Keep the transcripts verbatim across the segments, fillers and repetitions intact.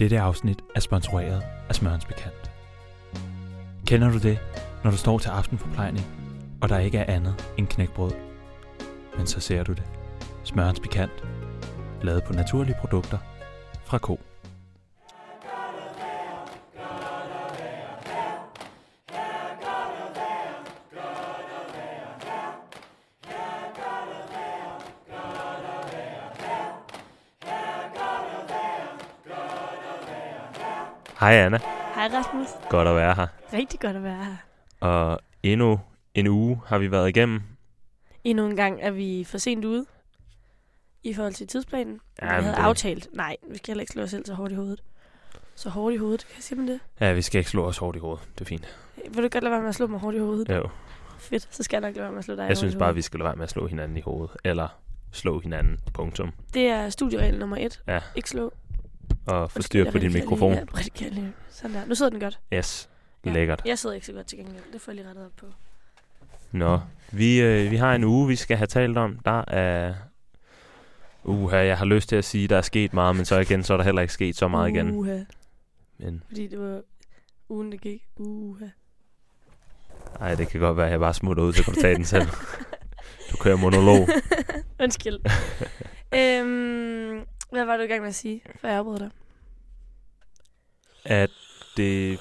Dette afsnit er sponsoreret af Smørens Bekendt. Kender du det, når du står til aftenforplejning, og der ikke er andet end knækbrød? Men så ser du det. Smørens Bekendt. Lavet på naturlige produkter fra ko. Hej Anna. Hej Rasmus. Godt at være her. Rigtig godt at være her. Og endnu en uge har vi været igennem. Endnu en gang er vi for sent ude i forhold til tidsplanen. Ja, vi havde det... aftalt. Nej, vi skal heller ikke slå os selv så hårdt i hovedet. Så hårdt i hovedet, kan jeg sige det? Ja, vi skal ikke slå os hårdt i hovedet. Det er fint. Vil du godt lade være med at slå mig hårdt i hovedet? Jo. Fedt, så skal jeg nok lade være med at slå dig. Jeg synes bare, vi skal lade være med at slå hinanden i hovedet. Eller slå hinanden, punktum. Det er studieregel nummer et. Ja. Ikke slå. Og få styr på din mikrofon. Ja, sådan der. Nu sidder den godt. Yes, ja. Lækkert. Jeg sidder ikke så godt til gengæld. Det får jeg lige rettet op på. Nå, vi, øh, vi har en uge, vi skal have talt om. Der er... Uha, jeg har lyst til at sige, der er sket meget, men så igen, så er der heller ikke sket så meget igen. Uha. Men... Fordi det var ugen, der gik. Uha. Nej, det kan godt være, at jeg bare smutter ud, så kan du tage den selv. Du kører monolog. Undskyld. øhm, hvad var du i gang med at sige, før jeg afbrød dig? At det...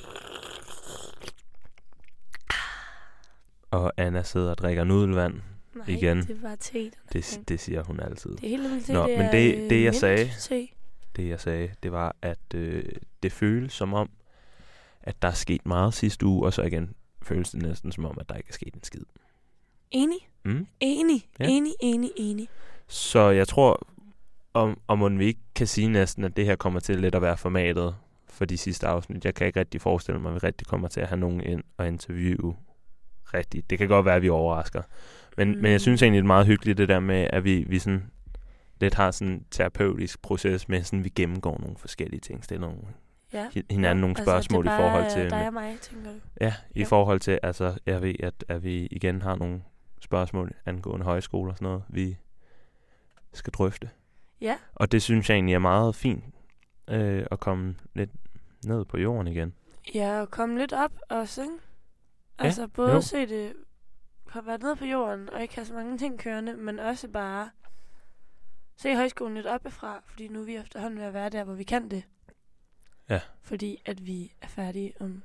Og Anna sidder og drikker nudelvand. Nej, igen. det var te. Det, det siger hun altid. Det er helt vildt te. Nå, det men er, det, det jeg sagde, te. det jeg sagde, det var, at øh, det føles som om, at der er sket meget sidste uge, og så igen føles det næsten som om, at der ikke er sket en skid. Enig. Mm? Enig. Ja. Enig, enig, enig. Så jeg tror, om, om vi ikke kan sige næsten, at det her kommer til lidt at være formatet for de sidste afsnit. Jeg kan ikke rigtig forestille mig, at vi rigtig kommer til at have nogen ind og interviewe rigtigt. Det kan godt være, at vi overrasker. Men, mm. men jeg synes egentlig, det er meget hyggeligt det der med, at vi, vi sådan lidt har sådan en terapeutisk proces med, sådan vi gennemgår nogle forskellige ting, stiller nogle, ja. hinanden ja. nogle spørgsmål altså, i forhold til... dig og mig, tænker du? Ja, i ja. forhold til, altså jeg ved, at, at vi igen har nogle spørgsmål angående højskole og sådan noget, vi skal drøfte. Ja. Og det synes jeg egentlig er meget fint, øh, at komme lidt ned på jorden igen. Ja, og komme lidt op også, ikke? Altså ja, både jo. se det, have været nede på jorden, og ikke have så mange ting kørende, men også bare se højskolen lidt oppefra, fordi nu er vi efterhånden ved at være der, hvor vi kan det. Ja. Fordi at vi er færdige om,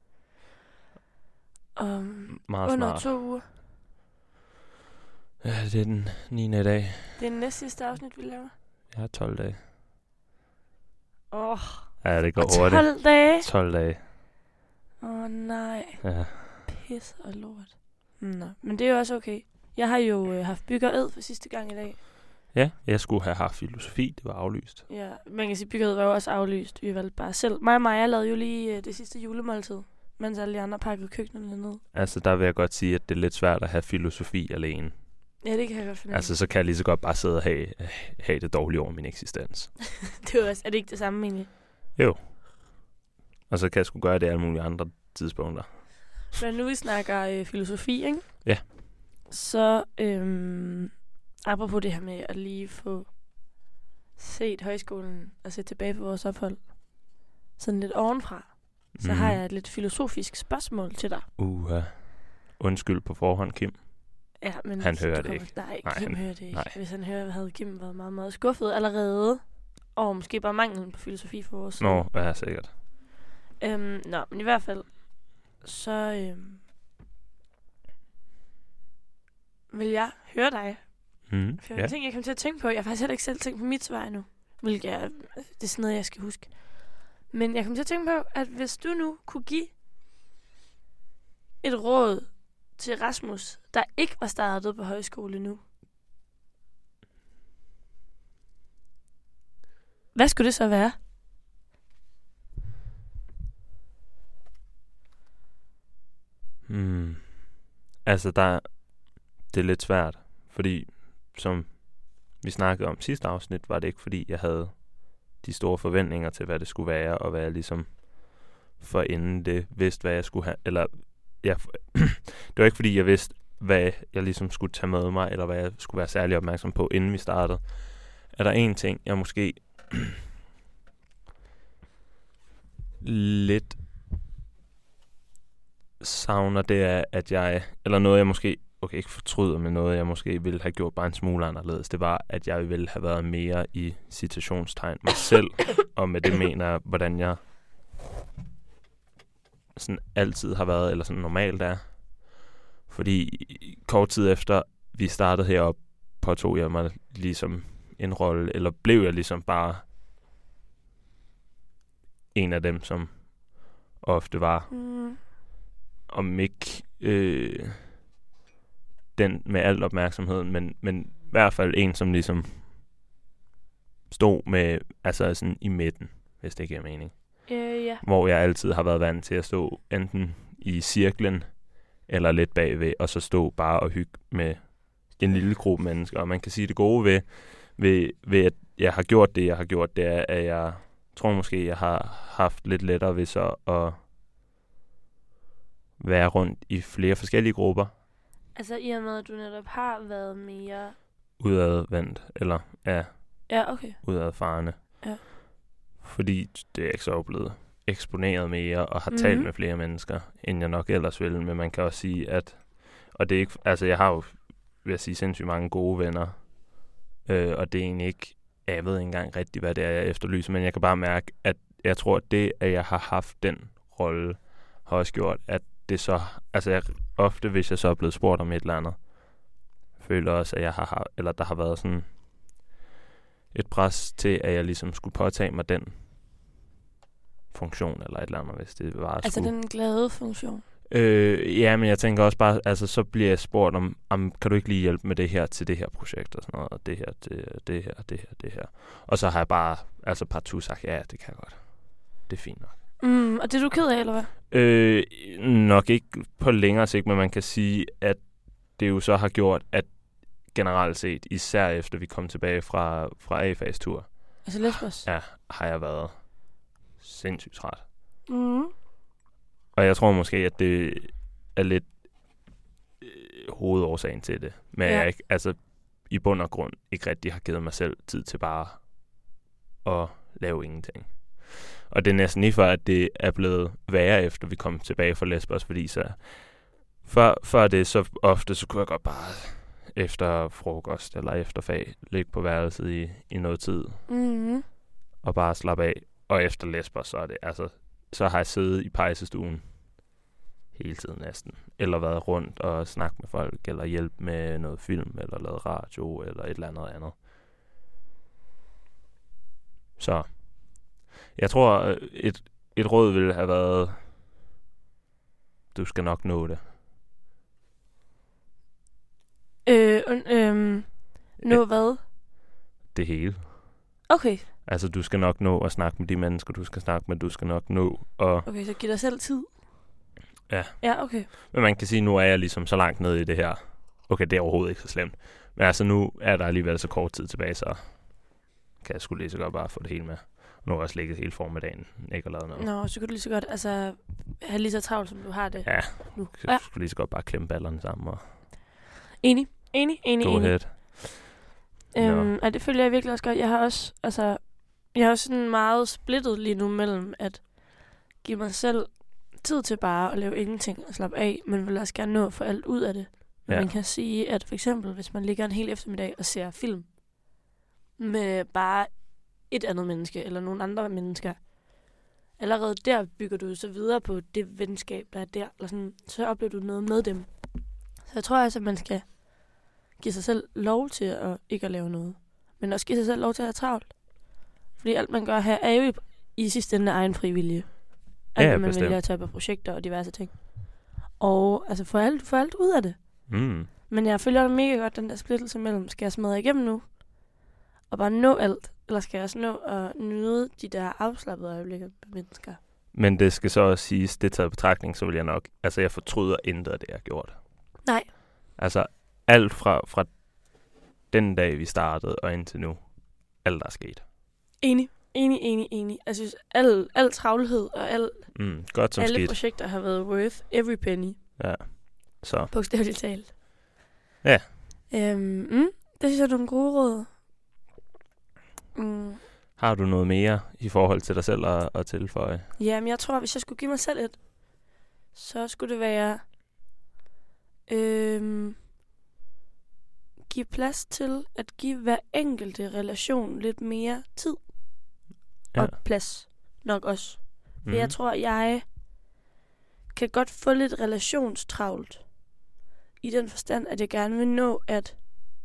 om meget under smart. to uger. Ja, det er den niende dag. Det er den næste sidste afsnit, vi laver. Jeg har tolv dage. Åh. Oh. Ja, det går og hurtigt. tolv dage? tolv dage. Åh oh, nej. Ja. Pis og lort. Nå, men det er jo også okay. Jeg har jo øh, haft bygger ed for sidste gang i dag. Ja, jeg skulle have haft filosofi. Det var aflyst. Ja, man kan sige, bygger ed var jo også aflyst. Vi valgte bare selv. Mig og Maja lavede jo lige øh, det sidste julemåltid, mens alle de andre pakkede køkkenerne ned. Altså, der vil jeg godt sige, at det er lidt svært at have filosofi alene. Ja, det kan jeg godt finde. Altså, så kan jeg lige så godt bare sidde og have, have det dårligt over min eksistens. Det er også, er det ikke det samme egentlig? Jo. Og så kan jeg sgu gøre det alle mulige andre tidspunkter. Men nu vi snakker øh, filosofi, ikke? Ja. Så, øhm, apropos det her med at lige få set højskolen og se tilbage på vores ophold, sådan lidt ovenfra, så mm. har jeg et lidt filosofisk spørgsmål til dig. Uha. Undskyld på forhånd, Kim. Ja, men han hører det kommer, ikke. Nej, nej, Kim han, hører det ikke. Nej. Hvis han hører, havde Kim været meget, meget skuffet allerede. Og måske bare manglen på filosofi for vores Nå, ja, sikkert. Øhm, nå, men i hvert fald, så øhm, vil jeg høre dig. Mm, For ja. jeg ting, jeg kom til at tænke på. Jeg har faktisk heller ikke selv tænkt på mit svar endnu. Hvilket er, det er sådan noget, jeg skal huske. Men jeg kom til at tænke på, at hvis du nu kunne give et råd til Rasmus, der ikke var startet på højskole nu, hvad skulle det så være? Hmm. Altså, der, det er lidt svært, fordi som vi snakkede om sidste afsnit, var det ikke fordi, jeg havde de store forventninger til, hvad det skulle være, og hvad jeg ligesom for inden det vidste, hvad jeg skulle have, eller ja, det var ikke fordi, jeg vidste, hvad jeg ligesom skulle tage med mig, eller hvad jeg skulle være særlig opmærksom på, inden vi startede. Er der en ting, jeg måske lidt savner, det er, at jeg, eller noget jeg måske, okay, ikke fortryder, men noget jeg måske ville have gjort bare en smule anderledes, det var, at jeg ville have været mere i citationstegn mig selv, og med det mener jeg, hvordan jeg sådan altid har været, eller sådan normalt er. Fordi kort tid efter vi startede heroppe, påtog jeg mig ligesom en rolle, eller blev jeg ligesom bare en af dem, som ofte var. Mm. Om ikke øh, den med al opmærksomheden, men, men i hvert fald en, som ligesom stod med, altså sådan i midten, hvis det giver mening. Øh, yeah. Hvor jeg altid har været vant til at stå enten i cirklen, eller lidt bagved, og så stå bare og hygge med en lille gruppe mennesker. Og man kan sige, det gode ved, ved, ved, at jeg har gjort det, jeg har gjort, det er, at jeg tror måske, jeg har haft lidt lettere ved så at være rundt i flere forskellige grupper. Altså i og med, at du netop har været mere Udadvendt, eller ja, ja, okay. udadfarende. Ja. Fordi det er ikke så blevet eksponeret mere, og har mm-hmm. talt med flere mennesker, end jeg nok ellers ville. Men man kan også sige, at, og det er ikke, altså jeg har jo, vil jeg sige, sindssygt mange gode venner, øh, og det er egentlig ikke, jeg ved ikke engang rigtigt, hvad det er, jeg efterlyser, men jeg kan bare mærke, at jeg tror, at det, at jeg har haft den rolle, har også gjort, at det så, altså jeg, ofte, hvis jeg så er blevet spurgt om et eller andet, føler også, at jeg har, eller der har været sådan et pres til, at jeg ligesom skulle påtage mig den funktion, eller et eller andet, hvis det var. Altså skulle. Den glade funktion? Øh, ja, men jeg tænker også bare, altså så bliver jeg spurgt om, om, kan du ikke lige hjælpe med det her til det her projekt, og sådan noget, og det her, det, det her, det her, det her. Og så har jeg bare, altså partout sagt, ja, det kan jeg godt. Det er fint nok. Mm, og det er du ked af, eller hvad? Øh, nok ikke på længere sigt, men man kan sige, at det jo så har gjort, at generelt set, især efter vi kom tilbage fra, fra A-fase tur. Altså Lesbos? Ja, har jeg været sindssygt træt. Mm. Og jeg tror måske, at det er lidt øh, hovedårsagen til det. Men ja. jeg ikke, altså i bund og grund ikke rigtig har givet mig selv tid til bare at lave ingenting. Og det er næsten lige før, at det er blevet værre, efter vi kom tilbage fra Lesbos, fordi så før, før det så ofte, så kunne jeg godt bare efter frokost eller efter fag ligge på værelset i, i noget tid mm-hmm. og bare slappe af. Og efter Lesbos, så er det, altså, så har jeg siddet i pejsestuen hele tiden næsten. Eller været rundt og snakket med folk, eller hjælpe med noget film, eller lavet radio, eller et eller andet andet. Så jeg tror, et, et råd ville have været, du skal nok nå det. Øh, øh, nå hvad? Det hele. Okay. Altså, du skal nok nå at snakke med de mennesker, du skal snakke med. Du skal nok nå at... Okay, så giv dig selv tid. Ja. Ja, okay. Men man kan sige, nu er jeg ligesom så langt nede i det her. Okay, det er overhovedet ikke så slemt. Men altså, nu er der alligevel så kort tid tilbage, så kan jeg sgu lige så godt bare få det hele med. Nu har jeg også ligget hele formiddagen, ikke at lave noget. Nå, så kan du lige så godt altså, have lige så travlt, som du har det ja. nu. Så ja. skulle lige så godt bare klemme ballerne sammen. Og enig, enig, enig, go enig. ahead. Øhm, ja, det føler jeg virkelig også godt. Jeg har også, altså, jeg har også sådan meget splittet lige nu mellem at give mig selv tid til bare at lave ingenting og slappe af, men vil også gerne nå at få alt ud af det. Men ja. Man kan sige, at for eksempel, hvis man ligger en hel eftermiddag og ser film med bare et andet menneske, eller nogle andre mennesker, allerede der bygger du så videre på det venskab, der er der, eller sådan, så oplever du noget med dem. Så jeg tror altså, at man skal give sig selv lov til at ikke at lave noget, men også give sig selv lov til at have travlt. Fordi alt man gør her, er jo i, i sidste ende egen frivillige. Alt, ja, man bestemt. Vælger at tage på projekter og diverse ting. Og altså, få alt, få alt ud af det. Mm. Men jeg følger mega godt den der splittelse mellem, skal jeg smadre igennem nu, og bare nå alt, eller skal jeg også nå at nyde de der afslappede øjeblikke med mennesker. Men det skal så også siges, det taget betragtning, så vil jeg nok, altså jeg fortryder intet af det, jeg har gjort. Nej. Altså alt fra, fra den dag, vi startede, og indtil nu, alt der er sket. Enig, enig, enig, enig. Jeg synes, al, al travlhed og al, mm, godt som alle skidt. projekter har været worth every penny. Ja, så. Bogstaveligt talt. Ja. Øhm, mm, det synes jeg er nogle gode råd. Mm. Har du noget mere i forhold til dig selv at, at tilføje? Jamen, jeg tror, hvis jeg skulle give mig selv et, så skulle det være... Øhm, give plads til at give hver enkelte relation lidt mere tid. Ja. Og plads nok også. For mm-hmm. jeg tror, jeg kan godt få lidt relationstravlt. I den forstand, at jeg gerne vil nå at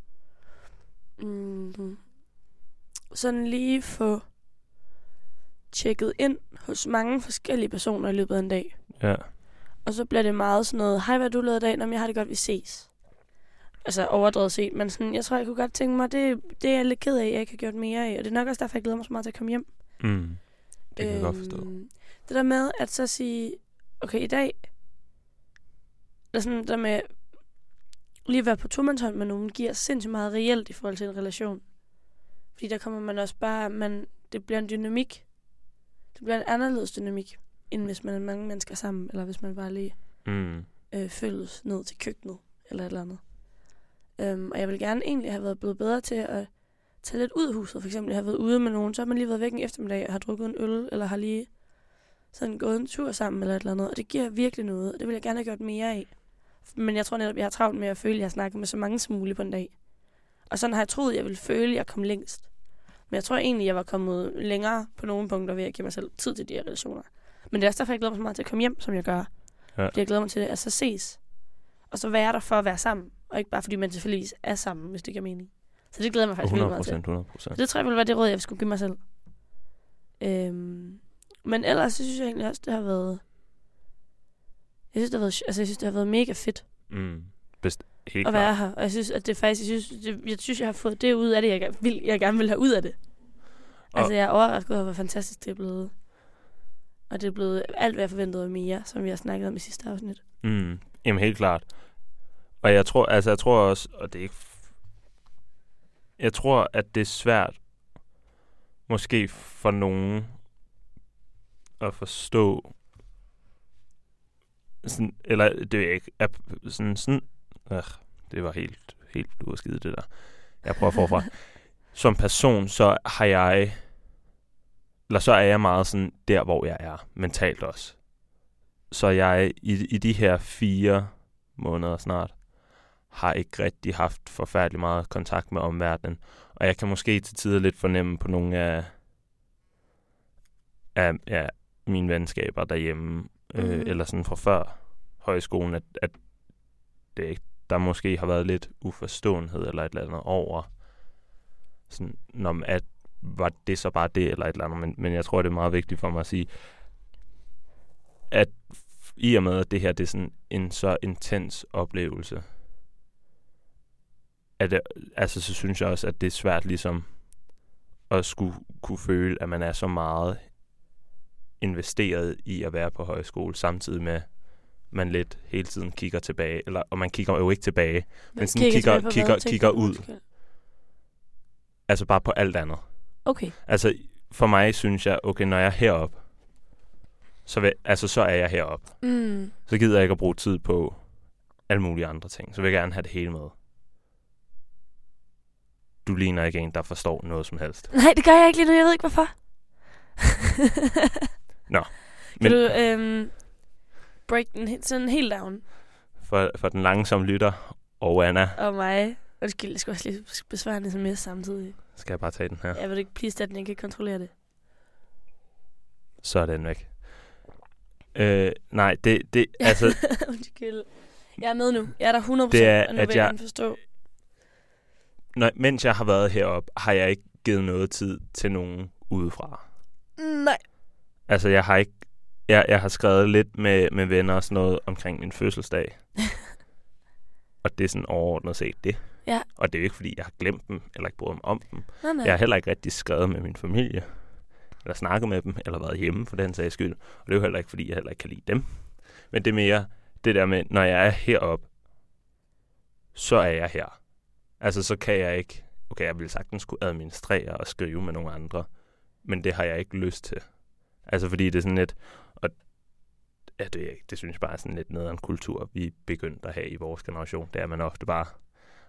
mm, sådan lige få tjekket ind hos mange forskellige personer i løbet af en dag. Ja. Og så bliver det meget sådan noget, hej, hvad du lavede i dag? Nå, men jeg har det godt, vi ses. Altså overdrevet set, men sådan, jeg tror, jeg kunne godt tænke mig, det, det er jeg lidt ked af, jeg ikke har gjort mere af. Og det er nok også derfor, jeg glæder mig så meget til at komme hjem. Mm. Det kan øhm, jeg godt forstå. Det der med at så sige, okay, i dag, eller sådan der med lige at være på tomandshånd med nogen, giver sindssygt meget reelt i forhold til en relation. Fordi der kommer man også bare, man, det bliver en dynamik. Det bliver en anderledes dynamik, end hvis man er mange mennesker sammen, eller hvis man bare lige mm. øh, følges ned til køkkenet, eller et eller andet. Um, og jeg vil gerne egentlig have været blevet bedre til at tage lidt ud af huset. For eksempel, jeg har været ude med nogen, så har man lige været væk en eftermiddag og har drukket en øl, eller har lige sådan gået en tur sammen, eller et eller andet. Og det giver virkelig noget, og det vil jeg gerne have gjort mere af. Men jeg tror netop, jeg har travlt med at føle, at jeg har snakket med så mange som muligt på en dag. Og sådan har jeg troet, at jeg ville føle, at jeg kom længst. Men jeg tror egentlig, at jeg var kommet længere på nogle punkter ved at give mig selv tid til de her relationer. Men det er også derfor, jeg glæder mig så meget til at komme hjem, som jeg gør. Ja. Fordi jeg glæder mig til at så ses. Og så være der for at være sammen. Og ikke bare fordi man selvfølgelig er sammen, hvis det giver mening. Så det glæder mig faktisk virkelig meget til. hundrede procent. Det tror jeg ville være det råd, jeg skulle give mig selv. Øhm, men ellers så synes jeg egentlig også, det har været... Jeg synes, det har været, altså, jeg synes, det har været mega fedt. Mm, best, helt at være her. Og jeg synes, at det faktisk... Jeg synes, det, jeg synes, jeg har fået det ud af det, jeg, vil, jeg gerne vil have ud af det. Og altså, jeg er overrasket over, hvor fantastisk det er blevet. Og det er blevet alt, hvad jeg forventede mere, som vi har snakket om i sidste afsnit. Mm, jamen, helt klart. Og jeg tror, altså jeg tror også, og det er ikke, jeg tror, at det er svært, måske for nogen, at forstå, sådan, eller det er ikke, at, sådan, sådan, øh, det var helt, helt udskidt det der. Jeg prøver forfra. Som person, så har jeg, eller så er jeg meget sådan der, hvor jeg er, mentalt også. Så jeg i, i de her fire måneder snart, har ikke rigtig haft forfærdelig meget kontakt med omverdenen. Og jeg kan måske til tider lidt fornemme på nogle af, af ja, mine venskaber derhjemme, mm. øh, eller sådan fra før højskolen, at, at det ikke, der måske har været lidt uforståenhed eller et eller andet over, sådan, når, at var det så bare det eller et eller andet. Men, men jeg tror, det er meget vigtigt for mig at sige, at i og med, at det her det er sådan en så intens oplevelse, at det, altså så synes jeg også, at det er svært ligesom at skulle kunne føle, at man er så meget investeret i at være på højskole, samtidig med, at man lidt hele tiden kigger tilbage, eller, og man kigger jo ikke tilbage, men, men sådan kigger, kigger, kigger, kigger ud. Altså bare på alt andet. Okay. Altså for mig synes jeg, okay, når jeg er heroppe, så, vil, altså, så er jeg heroppe. Mm. Så gider jeg ikke at bruge tid på alle mulige andre ting. Så vil jeg gerne have det hele med. Du ligner ikke en, der forstår noget som helst. Nej, det gør jeg ikke lige nu. Jeg ved ikke, hvorfor. Nå. Men, kan du øhm, break den sådan helt down? For, for den langsomme lytter og Anna. Og mig. Undskyld, jeg skal også lige besvare en sms samtidig. Skal jeg bare tage den her? Jeg vil ikke please, at den ikke kan kontrollere det. Så er den væk. Øh, nej, det, det altså... Undskyld. Jeg er med nu. Jeg er der hundrede procent, det er, og nu at vil jeg gerne forstå. Når, mens jeg har været heroppe, har jeg ikke givet noget tid til nogen udefra. Nej. Altså, jeg har ikke... Jeg, jeg har skrevet lidt med, med venner og sådan noget omkring min fødselsdag. Og det er sådan overordnet set det. Ja. Og det er jo ikke, fordi jeg har glemt dem, eller ikke brugt dem om dem. Nej, nej. Jeg har heller ikke rigtig skrevet med min familie, eller snakket med dem, eller været hjemme for den sags skyld. Og det er jo heller ikke, fordi jeg heller ikke kan lide dem. Men det er mere det der med, når jeg er heroppe, så er jeg her. Altså, så kan jeg ikke... Okay, jeg ville sagtens skulle administrere og skrive med nogle andre, men det har jeg ikke lyst til. Altså, fordi det er sådan lidt... Og ja, det, det synes jeg bare er sådan lidt nederen kultur, vi er begyndt at have i vores generation. Det er, man ofte bare...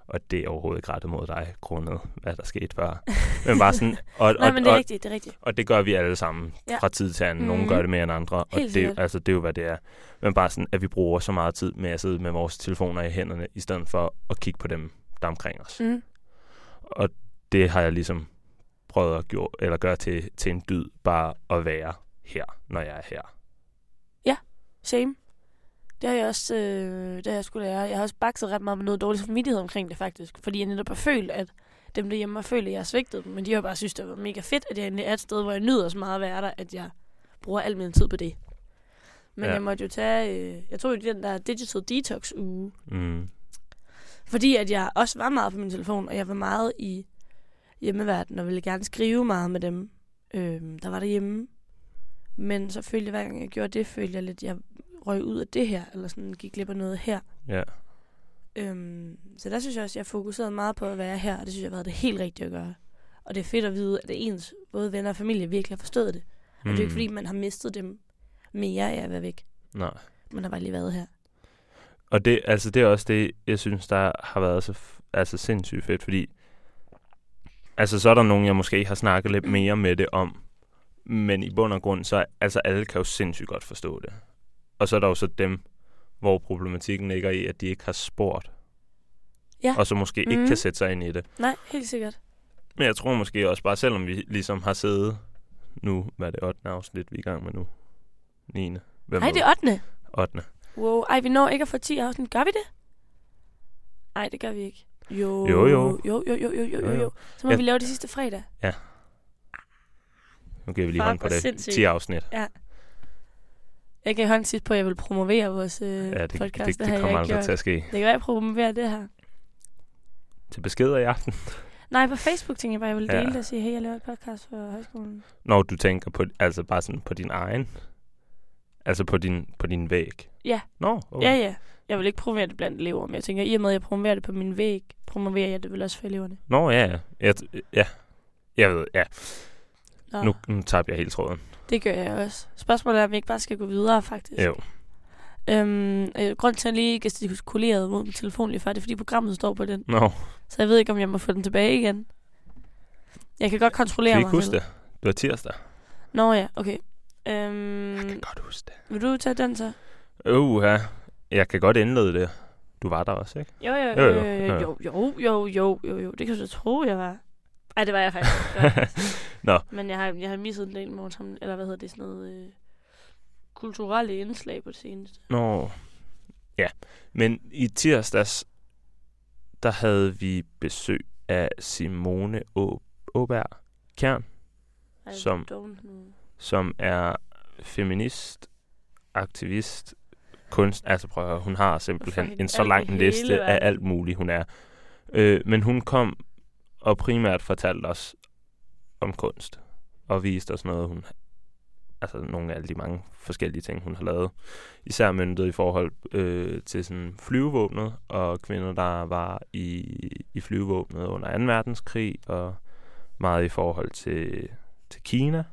Og det er overhovedet ikke rettet mod dig, grundet hvad der skete før. Men bare sådan... Og, Nej, og, men det er og, rigtigt, det er rigtigt. Og det gør vi alle sammen Ja. fra tid til anden. Nogle Mhm. gør det mere end andre. Og Helt det, sikkert. altså, det er jo, hvad det er. Men bare sådan, at vi bruger så meget tid med at sidde med vores telefoner i hænderne, i stedet for at kigge på dem, der er omkring os. Mm. Og det har jeg ligesom prøvet at gøre, eller gøre til, til en dyd, bare at være her, når jeg er her. Same. Det har jeg også, øh, det har jeg skulle lære. Jeg har også bakset ret meget med noget dårlig samvittighed omkring det, faktisk. Fordi jeg netop har følt, at dem derhjemme har følt, at jeg har svigtet dem. Men de har bare synes, det var mega fedt, at jeg egentlig er et sted, hvor jeg nyder så meget at være der, at jeg bruger al min tid på det. Men Ja. jeg måtte jo tage, øh, jeg tog jo den der digital detox uge. Mm. Fordi at jeg også var meget på min telefon, og jeg var meget i hjemmeverdenen, og ville gerne skrive meget med dem, øh, der var derhjemme. Men så følte jeg, hver gang jeg gjorde det, følte jeg lidt, at jeg røg ud af det her, eller sådan gik glip af noget her. Ja. Øhm, så der synes jeg også, at jeg fokuserede meget på at være her, og det synes jeg har været det helt rigtige at gøre. Og det er fedt at vide, at det ens både venner og familie virkelig har forstået det. Og det er jo ikke fordi, man har mistet dem mere af at være væk. Nej. Man har bare lige været her. Og det, altså, det er også det, jeg synes, der har været så f- altså, sindssygt fedt, fordi altså, så er der nogen, jeg måske har snakket lidt mere med det om, men i bund og grund, så altså, alle kan jo sindssygt godt forstå det. Og så er der jo så dem, hvor problematikken ligger i, at de ikke har spurgt. Ja. Og så måske mm. ikke kan sætte sig ind i det. Nej, helt sikkert. Men jeg tror måske også bare, selvom vi ligesom har siddet nu, hvad er det, ottende afsnit, vi er i gang med nu? niende Hvem Nej, ved? det er ottende ottende Wow, ej, vi når ikke at få ti afsnit. Gør vi det? Nej, det gør vi ikke. Jo, Jo, jo. Jo, jo, jo, jo, jo, Jo, jo. jo. Så må Ja. vi lave det sidste fredag. Nu giver vi lige Fuck, hånd på hvor det. sindssygt. ti afsnit. Jeg kan hånd sidst på, at jeg vil promovere vores øh, Ja, det, podcast. det, det, har det jeg kommer ikke aldrig gjort. til at ske. Det kan være, at jeg promoverer det her. Til beskeder i aften. Nej, på Facebook tænkte jeg bare, at jeg ville Ja. dele det og sige, hey, jeg laver et podcast for højskolen. Når du tænker på, altså bare sådan på din egen, altså på din, på din væg. Ja. Nå, okay. Ja, ja. Jeg vil ikke promovere det blandt elever, men jeg tænker, i og med, at jeg promoverer det på min væg, promoverer jeg det vel også for eleverne. Nå, ja, ja. Jeg, ja. Jeg ved, ja. Nå, Nu, nu tabte jeg helt tråden. det gør jeg også. Spørgsmålet er, om vi ikke bare skal gå videre, faktisk. Jo. Øhm, øh, grunden til, at jeg lige gestikulerede mod min telefon lige før, det er, fordi programmet står på den. Nå, Så jeg ved ikke, om jeg må få den tilbage igen. Jeg kan godt kontrollere kan mig ikke huske selv. det? Det var tirsdag. Nå ja, okay. Øhm, Jeg kan godt huske det. vil du tage den så? Uh, ja. Jeg kan godt indlede det. Du var der også, ikke? Jo, jo, Jo, jo, jo, jo, jo, jo, jo, jo, jo, jo. Det kan du da tro, jeg var. Ej, det var jeg faktisk. Det var jeg faktisk. Nå. Men jeg har, jeg har misset en del morgen, eller hvad hedder det, sådan noget øh, kulturelle indslag på det seneste. Nå. Ja. Men i tirsdags, der havde vi besøg af Simone Å- Åberg Kjern, Ej, Som- don't know. som er feminist, aktivist, kunst. Altså prøv at høre, hun har simpelthen Fucking en så alt i lang hele liste af verden. alt muligt, hun er. Øh, men hun kom og primært fortalte os om kunst. Og viste os noget, hun... Altså nogle af alle de mange forskellige ting, hun har lavet. Især møntet i forhold øh, til sådan flyvevåbnet, og kvinder, der var i, i flyvevåbnet under anden verdenskrig, og meget i forhold til, til Kina.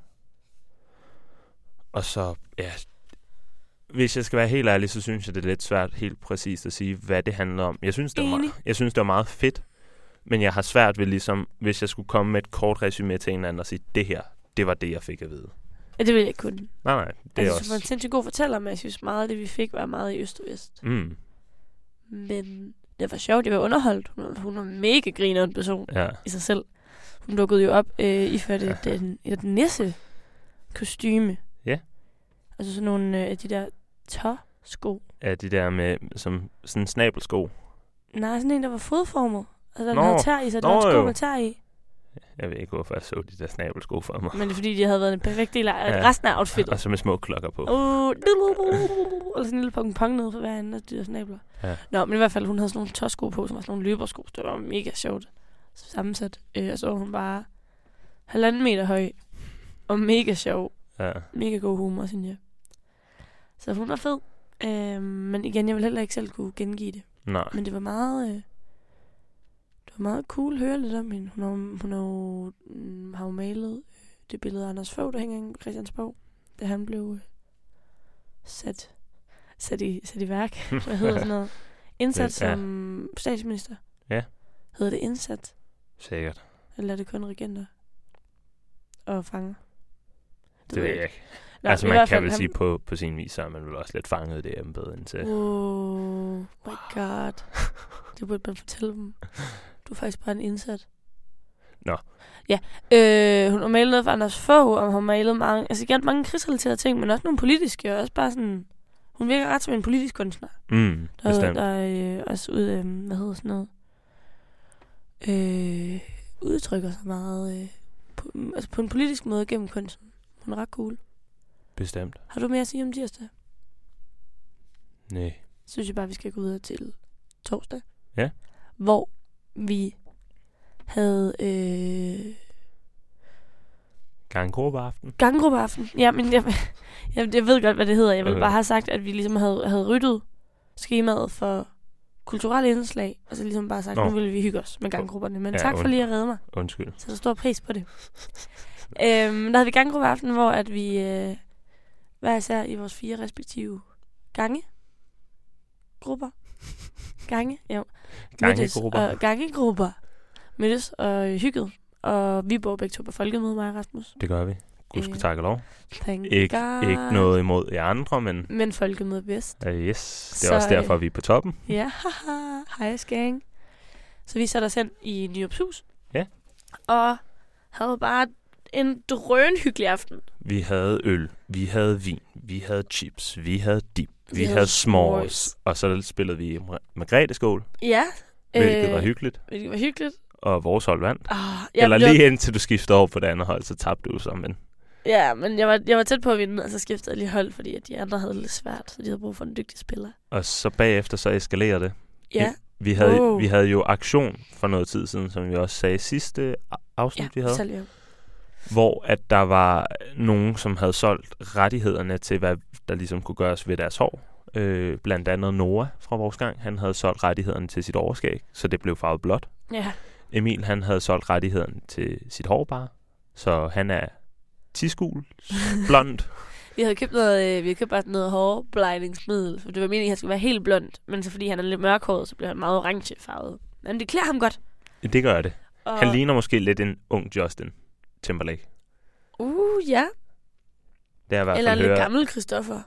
Og så, ja... Hvis jeg skal være helt ærlig, så synes jeg, det er lidt svært helt præcist at sige, hvad det handler om. Jeg synes, det var, Enig. meget, jeg synes, det var meget fedt, men jeg har svært ved ligesom, hvis jeg skulle komme med et kort resume til en anden og sige, det her, det var det, jeg fik at vide. Ja, det vil jeg ikke kunne. Nej, nej, det Det er altså, også... var en også... sindssygt god fortæller, men jeg synes meget af det, vi fik, var meget i øst og vest. Mm, Men det var sjovt, det var underholdt. Hun var, hun var en mega grineren person ja, i sig selv. Hun dukkede jo op øh, iført et, et, et nisse-kostyme. Ja. Altså sådan nogle af øh, de der tørsko. ja, de der med, som sådan snabelsko. Nej, sådan en, der var fodformet. Altså, den Nå. havde tær i, så der Nå, var en sko jo. med tær i. Jeg ved ikke, hvorfor jeg så de der snabelsko for mig. Men det er fordi, de havde været en perfekt del af Ja. ja. resten af outfittet. Og så med små klokker på. Uh, eller sådan en lille pong-pong nede for hver ende af de der snabler. Ja. Nå, men i hvert fald, hun havde sådan nogle tørsko på, som var sådan nogle løbersko. Det var mega sjovt sammensat. Øh, og så var hun bare halvanden meter høj. Og mega sjov. Ja. Mega god humor, synes jeg. Så hun var fed. Øh, men igen, jeg vil heller ikke selv kunne gengive det. Nej. Men det var meget... Øh, det var meget cool at høre lidt om hende. Hun har, hun har jo, mm, har jo malet øh, det billede af Anders Fogh, der hænger i Christiansborg. Da han blev øh, sat, sat, i, sat i værk. Hvad hedder sådan noget? Indsat Ja. som statsminister. Ja. Hedder det indsat? Sikkert. Eller er det kun regenter? Og fanger? Det, det ved jeg ikke. Nå, altså man kan vel han... sige, på, på sin vis, så er man vel også lidt fanget i det embede indtil. Oh my god. Det burde man fortælle dem. Du er faktisk bare en indsat. Nå. Ja, øh, hun har malet noget for Anders Fogh, og hun har malet mange, altså igen, mange krigsrelaterede ting, men også nogle politiske, og også bare sådan, hun virker ret som en politisk kunstner. Mm, der bestemt. Der er øh, også ud, øh, hvad hedder sådan noget, øh, udtrykker sig meget, øh, på, altså på en politisk måde gennem kunsten. Hun er ret cool. Bestemt. Har du mere at sige om tirsdag? Nej. Så synes jeg bare, vi skal gå ud til torsdag. Ja. Hvor vi havde øh, Ganggruppeaften. Ganggruppeaften. Ja, men jeg, jeg, jeg ved godt, hvad det hedder. Jeg vil Okay. bare have sagt, at vi ligesom havde, havde ryddet skemaet for kulturelle indslag, og så ligesom bare sagt, Nå. nu vil vi hygge os med ganggrupperne. Men Ja, tak for und- lige at redde mig. Undskyld. Så der står pris på det. øhm, der havde vi ganggruppeaften, hvor at vi øh, hver især i vores fire respektive gange grupper. Gange, jo. Mødtes, Gangegrupper. og gangegrupper mødtes og hyggede. Og vi bor begge to på folkemøde, mig og Rasmus. Det gør vi. Gud skal Øh, takke lov. Thank Ikke, God. ikke noget imod jer andre, men Men folkemøde bedst. uh, yes, det er Så, også derfor, øh, vi er på toppen. Ja, haha. Hej, gang. Så vi satte os hen i Nyrups hus. Ja. Og havde bare en drønhyggelig aften. Vi havde øl, vi havde vin, vi havde chips, vi havde dip, vi, Vi vi havde havde s'mores. s'mores, og så spillede vi Margrethe-skål, Ja. hvilket øh, var hyggeligt, Hvilket var hyggeligt. og vores hold vandt. Oh, Ja, Eller lige indtil du skiftede over på det andet hold, så tabte du så, men Ja, men jeg var, jeg var tæt på at vinde, og så skiftede jeg lige hold, fordi at de andre havde det lidt svært, så de havde brug for en dygtig spiller. og så bagefter så eskalerede det. Ja, Vi havde, Wow. vi havde jo aktion for noget tid siden, som vi også sagde i sidste a- afsnit, ja, vi havde. selv jo. Hvor at der var nogen, som havde solgt rettighederne til, hvad der ligesom kunne gøres ved deres hår. Øh, blandt andet Noah fra vores gang. Han havde solgt rettighederne til sit overskæg, så det blev farvet blåt. Ja, Emil, han havde solgt rettighederne til sit hår bare. Så han er tiskul, blond. vi havde købt noget, øh, vi havde købt bare sådan noget hårblejningsmiddel, for det var meningen, at han skulle være helt blond, men så fordi han er lidt mørkhåret, så blev han meget orangefarvet. Men det klæder ham godt. Det gør det. Og, Han ligner måske lidt en ung Justin Timberlake. Uh, ja. Det er i hvert Eller en fald lidt høre, gammel Christoffer.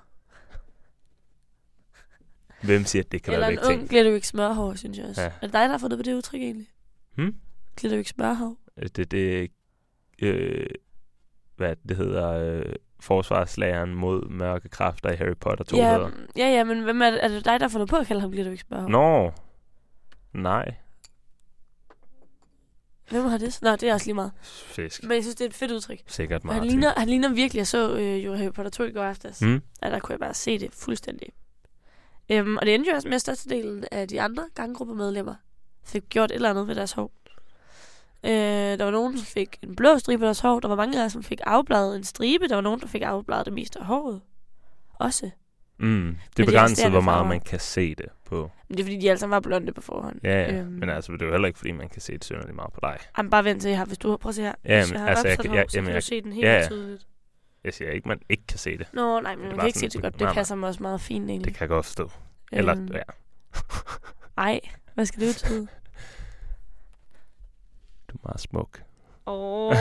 hvem siger, at det kan Eller være en begge ung ting. Glitterik Smørhår, synes jeg også. Ja. Er det dig, der har fundet på det udtryk egentlig? Hmm? Glitterik Smørhår? Det det øh, hvad det hedder, øh, forsvarslæreren mod mørke kræfter i Harry Potter to Ja, hedder. ja, ja, men hvem er det? Er det dig, der har fundet på at kalde ham Glitterik Smørhår? Nå, nej, Hvem har det? Nå, det er også lige meget. fisk. Men jeg synes, det er et fedt udtryk. Sikkert Han meget. ligner, han ligner virkelig, jeg så øh, jo Harry Potter to i går aftes. Hmm? Ja, der kunne jeg bare se det fuldstændig. Øhm, og det endte jo også med, at størstedelen af de andre ganggruppemedlemmer fik gjort et eller andet ved deres hår. Øh, der var nogen, som fik en blå stribe på deres hår. Der var mange af dem, som fik afbladet en stribe. Der var nogen, der fik afbladet det meste af håret. Også. Mm, det de er begrænset, resterende hvor meget farver. man kan se det på. Men det er fordi, de alle sammen var blonde på forhånd. Ja, ja. Øhm. Men altså, det er jo heller ikke, fordi man kan se det synderligt meget på dig. Jamen, bare vent til jeg har. Hvis du prøver at se her. Ja, Hvis men jeg har altså, jeg opsat kan- hår, jeg- så jamen, kan jeg- du se den helt ja, ja. tydeligt. Jeg siger ikke, man ikke kan se det. Nå, nej, men Det er man bare kan ikke se sådan- det godt. Det nej, nej. passer mig også meget fint, egentlig. Det kan jeg godt forstå. Eller, Øhm. ja. Ej, hvad skal det betyde? Du er meget smuk. Åh,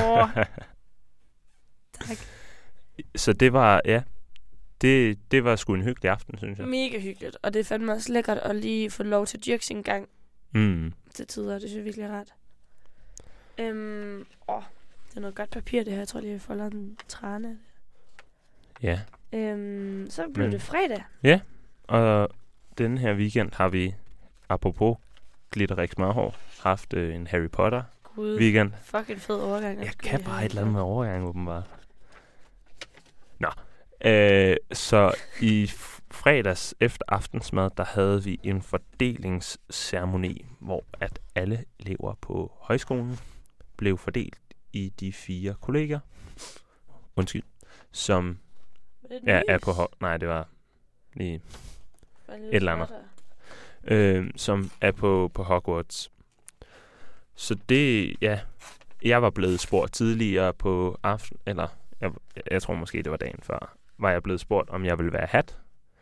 tak. Så det var, ja, det, det var sgu en hyggelig aften, synes jeg. Mega hyggeligt. Og det er fandme også lækkert at lige få lov til at dyrke sin gang Mm. til tider. Det synes jeg virkelig er rart. Øhm, åh, det er noget godt papir, det her. Jeg tror lige, jeg folder en trane af det. Ja, Øhm, så blev Men- det fredag. og den her weekend har vi, apropos Glitterik Smørhår, haft øh, en Harry Potter Gud, weekend. fucking fed overgang. Jeg at kan blive bare her. et eller andet med overgang, åbenbart. Nå, øh, så i f- fredags efter aftensmad, der havde vi en fordelingsceremoni, hvor at alle elever på højskolen blev fordelt i de fire kolleger, undskyld, som Var det et ja, er lys? på ho- nej, det var lige Var det et eller andet. smartere? øh, som er på, på Hogwarts. Så det, ja, jeg var blevet spurgt tidligere på aften, eller jeg, jeg tror måske det var dagen før, var jeg blevet spurgt, om jeg ville være hat.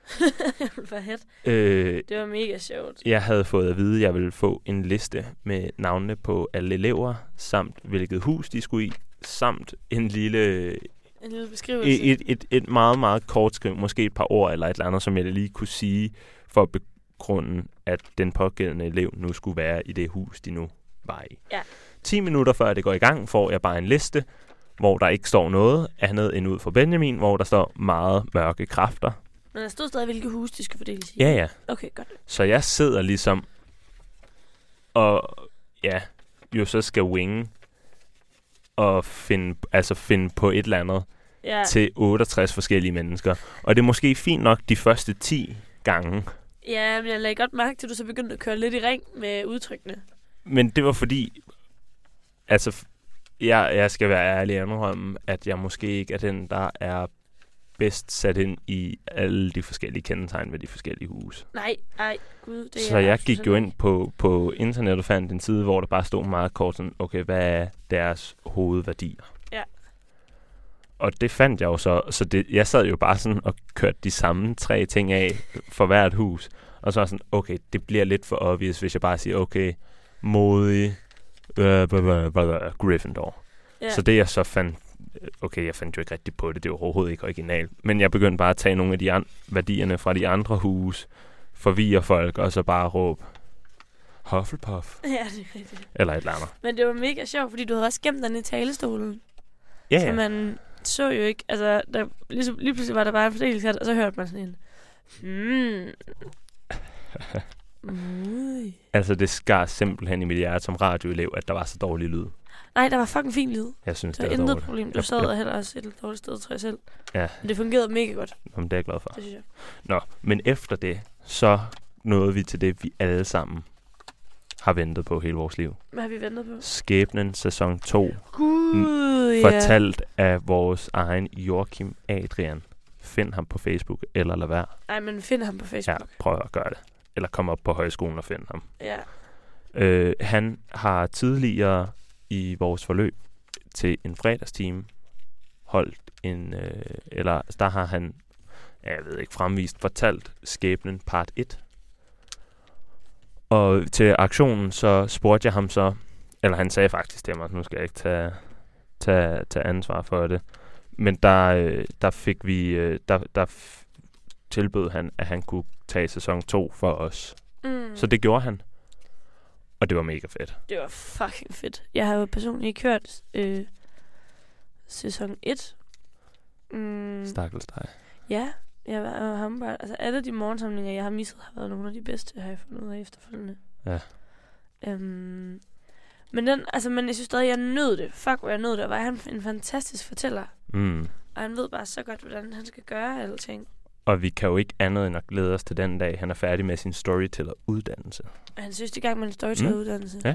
Jeg ville være hat. Øh, Det var mega sjovt. jeg havde fået at vide, at jeg ville få en liste med navnene på alle elever, samt hvilket hus de skulle i, samt en lille... En lille beskrivelse. Et, et, et, et meget, meget kort skriv, måske et par ord eller et eller andet, som jeg lige kunne sige for at begrunde, at den pågældende elev nu skulle være i det hus, de nu var i. Ja. ti minutter før det går i gang, får jeg bare en liste, hvor der ikke står noget andet end ud for Benjamin, hvor der står meget mørke kræfter. Men der stod stadig, hvilke hus de skulle fordeles i. Ja, ja. Okay, godt. Så jeg sidder ligesom og ja, jo så skal winge og finde, altså finde på et eller andet Ja. til otteogtres forskellige mennesker. Og det er måske fint nok de første ti gange. Ja, men jeg lagde godt mærke til, at du så begyndte at køre lidt i ring med udtrykkene. Men det var fordi, altså, jeg, jeg skal være ærlig og indrømme, at jeg måske ikke er den, der er bedst sat ind i alle de forskellige kendetegn ved de forskellige huse. Nej, nej, gud, det Så er jeg gik jo ind på, på internet og fandt en side, hvor der bare stod meget kort sådan, okay, hvad er deres hovedværdier? Ja. Og det fandt jeg jo så, så det, jeg sad jo bare sådan og kørte de samme tre ting af for hvert hus. Og så var sådan, okay, det bliver lidt for obvious, hvis jeg bare siger, okay, modig, øh, Gryffindor. Ja. Så det jeg så fandt, okay, jeg fandt jo ikke rigtigt på det, det var overhovedet ikke originalt. Men jeg begyndte bare at tage nogle af de an- værdierne fra de andre huse, forvirre folk, og så bare råbe, Hufflepuff, Ja, det er rigtigt. eller et eller andet. Men det var mega sjovt, fordi du havde også gemt den i talestolen. Ja, Så ja. man så jo ikke, altså, der, lige, lige pludselig var der bare en fordelingskat, og så hørte man sådan en, hmm. Ui. Altså, det skar simpelthen i mit hjerte som radioelev, at der var så dårlig lyd. Nej, der var fucking fin lyd. Jeg synes, Så det var intet dårligt. problem. Du Jeg- sad jeg- og heller også et dårligt sted, tror jeg selv. Ja. Men det fungerede mega godt, Jamen, det er jeg glad for. det synes jeg. Nå, men efter det, så nåede vi til det, vi alle sammen har ventet på hele vores liv. Hvad har vi ventet på? Skæbnen sæson to, Gud, ja. fortalt af vores egen Joachim Adrian. Find ham på Facebook, eller lad være. Nej, men find ham på Ja, Facebook. prøv at gøre det. Eller kom op på højskolen og find ham. Ja. Øh, han har tidligere i vores forløb til en fredagstime holdt en, øh, eller der har han, jeg ved ikke, fremvist, fortalt skæbnen part et. Og til aktionen, så spurgte jeg ham så, eller han sagde faktisk til mig, nu skal jeg ikke tage, tage, tage ansvar for det, men der, øh, der fik vi, øh, der, der f- tilbød han, at han kunne tage sæson to for os. Mm. Så det gjorde han. Og det var mega fedt. Det var fucking fedt. Jeg har jo personligt ikke hørt øh, sæson et. Mm. Stakkels dig. Ja, jeg var og ham bare, altså alle de morgensamlinger, jeg har misset, har været nogle af de bedste, har jeg fundet ud af efterfølgende. Ja. Øhm, men den, altså, men jeg synes stadig, jeg nød det. Fuck, hvor jeg nød det. Og var han en fantastisk fortæller. Mm. Og han ved bare så godt, hvordan han skal gøre alting. Og vi kan jo ikke andet end at glæde os til den dag, han er færdig med sin storyteller-uddannelse. Og han synes, det er i gang med en storyteller-uddannelse. Ja.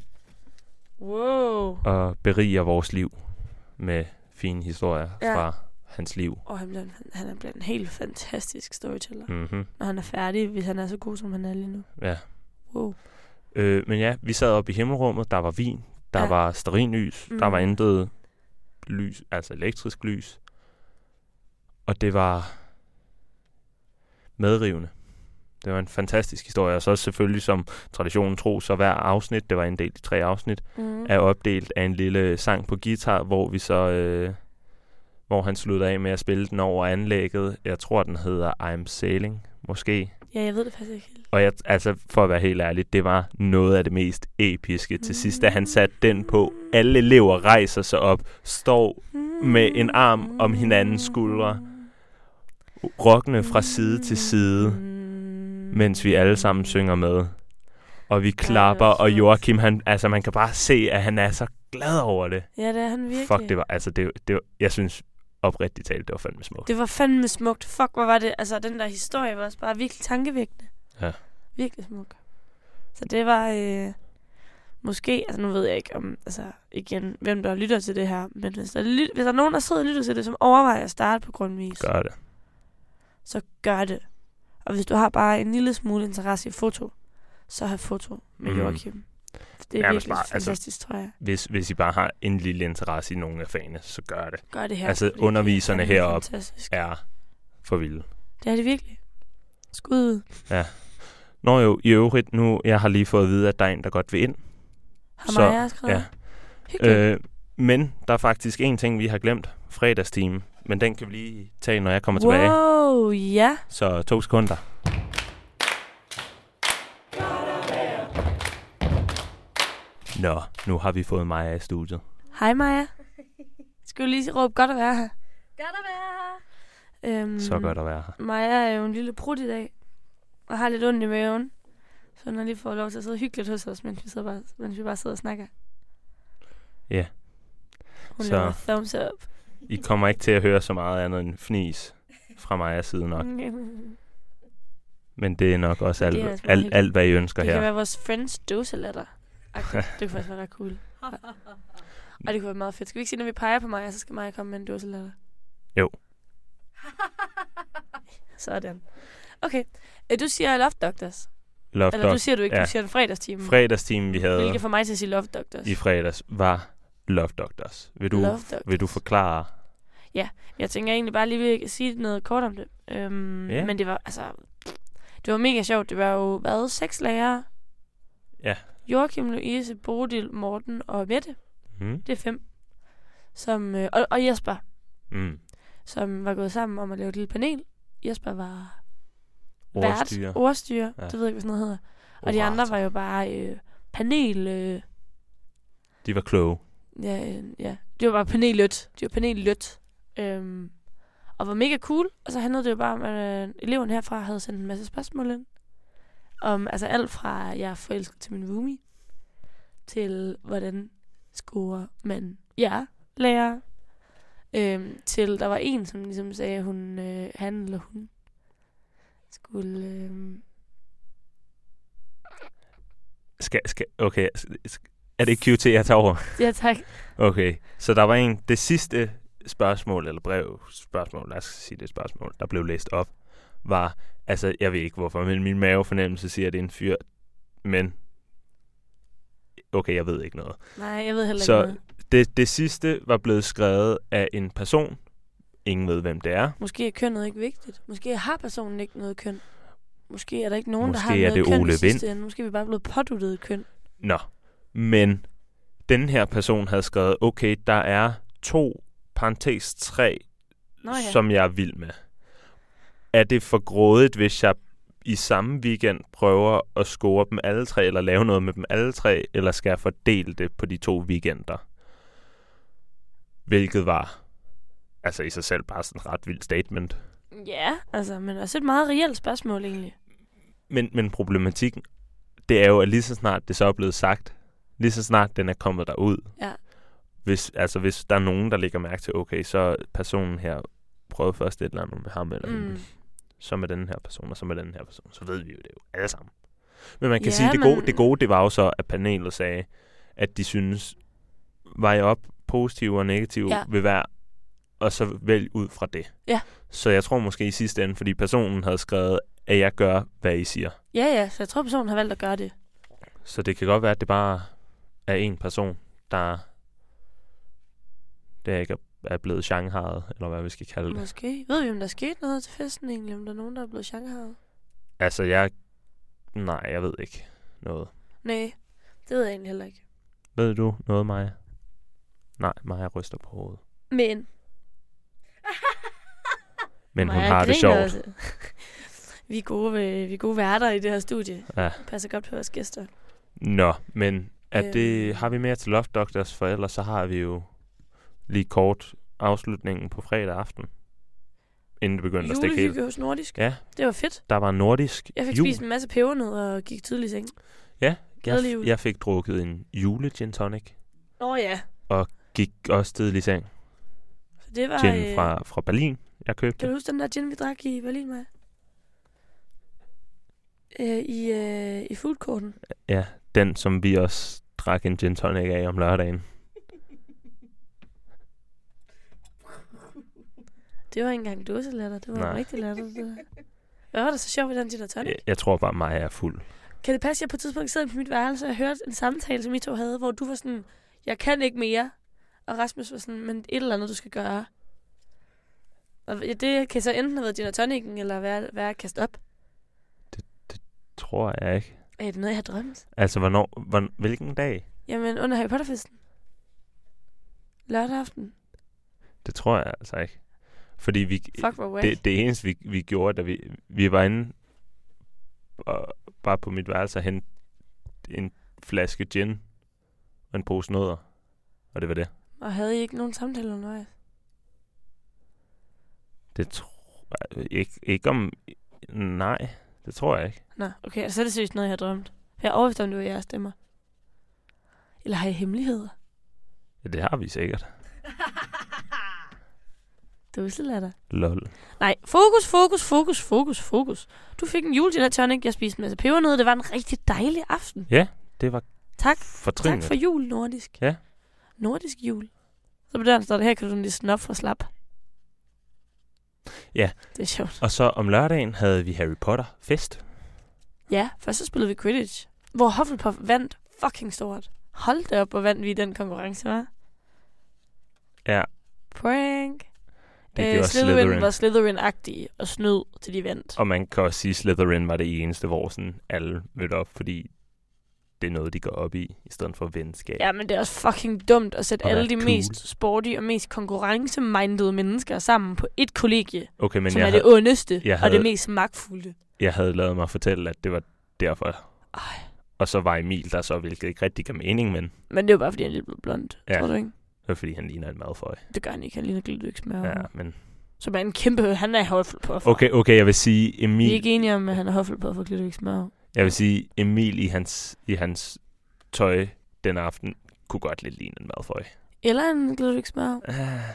Wow. Og beriger vores liv med fine historier Ja. fra hans liv. Og han, bliver, en- han er blevet en helt fantastisk storyteller. Mm. Mm-hmm. Når han er færdig, hvis han er så god, som han er lige nu. Ja. Wow. Øh, men ja, vi sad oppe i himmelrummet. Der var vin. Der Ja. var stearinlys. Mm. Der var intet lys, altså elektrisk lys. Og det var medrivende. Det var en fantastisk historie. Og så selvfølgelig som traditionen tro, så hver afsnit, det var inddelt i tre afsnit, Mm. er opdelt af en lille sang på guitar, hvor vi så, øh, hvor han sluttede af med at spille den over anlægget. Jeg tror, den hedder I'm Sailing, måske. Ja, jeg ved det faktisk ikke helt. Og jeg, altså, for at være helt ærlig, det var noget af det mest episke til sidst, da han satte den på. Alle elever rejser sig op, står med en arm om hinandens skuldre, rokkende fra side til side, mens vi alle sammen synger med. Og vi klapper, og Joachim, han, altså man kan bare se, at han er så glad over det. Ja, det er han virkelig. Fuck, det var, altså det, det var, jeg synes oprigtigt talt, det var fandme smukt. Det var fandme smukt. Fuck, hvor var det? Altså, den der historie var også bare virkelig tankevækkende. Ja. Virkelig smuk. Så det var øh, måske, altså nu ved jeg ikke om, altså igen, hvem der lytter til det her, men hvis der, lyt, hvis der er nogen, der sidder og lytter til det, som overvejer at starte på Grundvis, Gør det. så gør det. Og hvis du har bare en lille smule interesse i foto, så har foto med Mm. Joachim. Det er Ja, men virkelig bare, altså- fantastisk, tror jeg. Hvis, hvis I bare har en lille interesse i nogle af fagene, så gør det. Gør det her. altså, fordi det er underviserne fandme heroppe fantastisk. Er for vilde. Det er det virkelig. Skud. Ja. Nå jo, i øvrigt nu, jeg har lige fået at vide, at der er en, der godt vil ind. Har Maja skrevet? Ja. Hyggeligt. Øh, men der er faktisk en ting, vi har glemt. Fredagsteam. Men den kan vi lige tage, når jeg kommer wow, tilbage. Wow, ja. Så to sekunder. Nå, nu har vi fået Maja i studiet. Hej Maja. Skal du lige råbe godt at være her? Godt at være her. Øhm, Så godt at være her. Maja er jo en lille prut i dag, og har lidt ondt i maven. Så hun har lige fået lov til at sidde hyggeligt hos os, mens vi, sidder bare, mens vi bare sidder og snakker. Ja. Hun Så- laver thumbs up. I kommer ikke til at høre så meget andet end fnis fra Majas side nok. Men det er nok også Det er alt, altså alt, helt- alt, hvad I ønsker Det kan her. være vores friends dåselatter. Det kunne faktisk være ret cool. Og det kunne være meget fedt. Skal vi ikke sige, når vi peger på Maja, så skal Maja komme med en dåselatter? Jo. Sådan. Okay. Øh, Du siger Love Doctors. Love Eller du Doc. siger du ikke, ja. du siger en fredagstime. Fredagsteam, vi havde Hvilket får mig til at sige Love Doctors. i fredags, var Love Doctors. Vil du, Love Doctors. vil du forklare? Jeg tænker egentlig bare lige vil sige noget kort om det. Øhm, Ja. Men det var, altså... Det var mega sjovt. Det var jo, hvad, seks lærere? Ja. Joachim, Louise, Bodil, Morten og Mette. Mm. Det er fem. Som, øh, og, og Jesper, Mm. som var gået sammen om at lave et lille panel. Jesper var vært, Ordstyre. ordstyre. Ja. Det ved jeg ikke, hvad sådan noget hedder. Og de andre var jo bare øh, panel... Øh, De var kloge. ja, øh, ja, det var bare panelødt. De var panelødt. Øhm, og var mega cool. Og så handlede det jo bare om, at øh, eleverne herfra havde sendt en masse spørgsmål ind. Om, altså alt fra, jeg er forelsket til min roomie, til hvordan scorer man ja, lærer. Øhm, til der var en, som ligesom sagde, hun, øh, han eller hun skulle... Øh, Skal, skal, okay, sk- er det ikke Q T, jeg tager over? ja, tak. Okay, så der var en, det sidste spørgsmål, eller brev, spørgsmål, lad os sige det spørgsmål, der blev læst op, var, altså, jeg ved ikke hvorfor, men min mavefornemmelse siger, at det er en fyr, men, okay, jeg ved ikke noget. Nej, jeg ved heller Så- ikke noget. Det, det sidste var blevet skrevet af en person, ingen ved, hvem det er. Måske er kønnet ikke vigtigt. Måske har personen ikke noget køn. Måske er der ikke nogen, Måske der har er noget det køn Ole i sidste ende. Måske er vi bare blevet påduttet et køn. Nå, men den her person havde skrevet, okay, der er to, parentes tre, Nå ja. som jeg er vild med. Er det for grådigt, hvis jeg i samme weekend prøver at score dem alle tre, eller lave noget med dem alle tre, eller skal jeg fordele det på de to weekender? Hvilket var, altså i sig selv bare sådan et ret vildt statement. Ja, altså, men også et meget reelt spørgsmål egentlig. Men, men problematikken, det er jo, at lige så snart det så er blevet sagt, lige så snart den er kommet derud, Ja. hvis, altså hvis der er nogen, der lægger mærke til, okay, så personen her prøvede først et eller andet med ham eller hende, Mm. så med den her person, og så med den her person, så ved vi jo det jo alle sammen. Men man kan Ja, sige, det men- gode, det gode, det var jo så, at panelet sagde, at de synes, veje op positive og negative Ja. ved hver, og så vælg ud fra det. Ja. Så jeg tror måske i sidste ende, fordi personen havde skrevet, at jeg gør, hvad I siger. Ja, ja, så jeg tror, personen har valgt at gøre det. Så det kan godt være, at det bare er en person, der, der ikke er- er blevet shanghajet, eller hvad vi skal kalde det. Måske. Ved vi, om der er sket noget til festen egentlig? Om der er nogen, der er blevet shanghajet? Altså, jeg... Nej, jeg ved ikke noget. Nej, det ved jeg egentlig heller ikke. Ved du noget, Maja? Nej, Maja ryster på hovedet. Men, Men hun Maja har det griner sjovt. også. vi, er gode, øh, vi er gode værter i det her studie. Ja. Passer godt på vores gæster. Nå, men er det, Øhm. har vi mere til Love Doctors, for ellers så har vi jo lige kort afslutningen på fredag aften. Inden det begyndte at stikke helt. Julehygge hos Nordisk. Ja, Det var fedt. der var nordisk Jeg fik jul. spist en masse pebernødder og gik tidligt i seng. Ja, Glædelig jeg, jul. jeg fik drukket en jule gin tonic. Åh oh, ja. Gik også tidlig i seng. Så det var... Gin fra, fra Berlin, jeg købte. Kan du huske den der gin, vi drak i Berlin, Maja? Øh, I, øh, i foodcourten. Ja, den som vi også drak en gin tonic af om lørdagen. Det var ikke engang dåselatter. Det var Nej. en rigtig latter. Det der. Hvad var der så sjovt ved den gin og tonic? Jeg, jeg tror bare, Maja er fuld. Kan det passe, at jeg på et tidspunkt sad på mit værelse, og jeg hørte en samtale, som I to havde, hvor du var sådan, jeg kan ikke mere. Og Rasmus var sådan, men et eller andet, du skal gøre. Og det kan så enten have været gin og tonicen, eller være, være kastet op. tror jeg ikke. Er det noget, jeg har drømt? Altså, hvornår, hvorn, hvilken dag? Jamen, under Harry Potter-festen. Lørdag aften. Det tror jeg altså ikke. Fordi vi, Fuck, hvor wack. det, det eneste, vi, vi gjorde, da vi, vi var inde og bare på mit værelse og hente en flaske gin og en pose nødder. Og det var det. Og havde I ikke nogen samtaler undervejs? Det tror jeg ikke, ikke om... Nej, det tror jeg ikke. Nå, okay, altså, så er det seriøst noget, jeg har drømt. Jeg er overbevist om, det var jeres stemmer. Eller har I hemmeligheder? Ja, det har vi sikkert. Duselatter. Lol. Nej, fokus, fokus, fokus, fokus, fokus. Du fik en julegin og tonic, jeg spiste en masse pebernødder. Det var en rigtig dejlig aften. Ja, det var Tak. fortrinligt. Tak for jul, nordisk. Ja. Nordisk jul. Så på den står det her, kan du lige snop for slap. Ja. Det er sjovt. Og så om lørdagen havde vi Harry Potter fest. Ja, først så spillede vi Quidditch, hvor Hufflepuff vandt fucking stort. Hold da op, og vandt vi i den konkurrence, hva'? Ja. Prank. Det øh, gjorde Slytherin. Slytherin. var Slytherin-agtige og snød til de vandt. Og man kan også sige, at Slytherin var det eneste, hvor sådan alle mødte op, fordi det er noget, de går op i, i stedet for venskab. Ja, men det er også fucking dumt at sætte Og alle være de cool. mest sporty og mest konkurrencemindede mennesker sammen på et kollegie, Okay, men som jeg, er det havde, ondeste jeg og havde- det mest magtfulde. jeg havde lavet mig fortælle, at det var derfor. Ej. Og så var Emil der så, hvilket ikke rigtig gav mening, men Men det er jo bare, fordi han er lidt blevet blond, Ja. tror du ikke? det var, fordi han ligner en Malfoy. Det gør han ikke. Han ligner Glitviksmør. Ja, men... Som er en kæmpe... Han er Hufflepuff. Okay, okay, jeg vil sige, Vi er Emil... ikke enige om, at han er Hufflepuff og Glitviksmør. Jeg vil sige, Emil i hans, i hans tøj den aften kunne godt lidt ligne en Malfoy. Eller en Glitviksmør. Ah,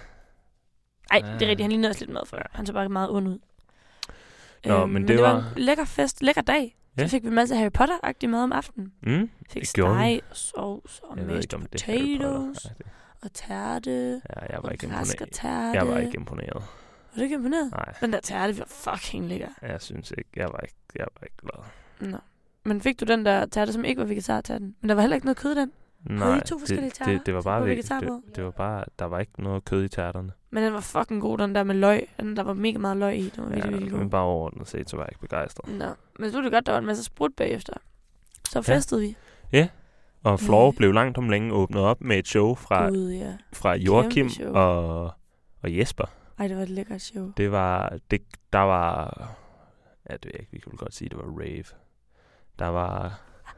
Ej, det er rigtigt. Han ligner også lidt mad for. Ja. Han så bare meget ond ud. Nå, men men det det var... var- en lækker fest, lækker dag. Ja. Så fik vi en masse Harry Potter-agtig mad om aftenen. mm, Fik det gjorde vi. steg og sovs og Jeg ved mashed ikke, om det er Harry Potter. potatoes Ja, det- og tærte Ja, jeg var og ikke græsk og imponeret. tærte. Jeg var ikke imponeret. Var du ikke imponeret? Nej, Den der tærte var fucking lækker. jeg synes ikke. Jeg var ikke, jeg var ikke glad. Nå. Men fik du den der tærte, som ikke var vegetar-tærten? Men der var heller ikke noget kød i den. Nej, to forskellige det, tærter, det, det var så bare på væk- vegetarbrød? det, det var bare der var ikke noget kød i tærterne. Men den var fucking god, den der med løg. Den der var mega meget løg i. Den var Ja, virkelig, virkelig god. men bare overordnet set, så var jeg ikke begejstret. Nå. Men så var det godt, der var en masse sprut bagefter. Så festede vi. Og Floor Øh. blev langt om længe åbnet op med et show fra, Gud, ja. fra Joachim show. og, og Jesper. Ej, det var et lækkert show. Det var, det, der var, ja det ved jeg ikke, vi kunne godt sige, det var rave. Der var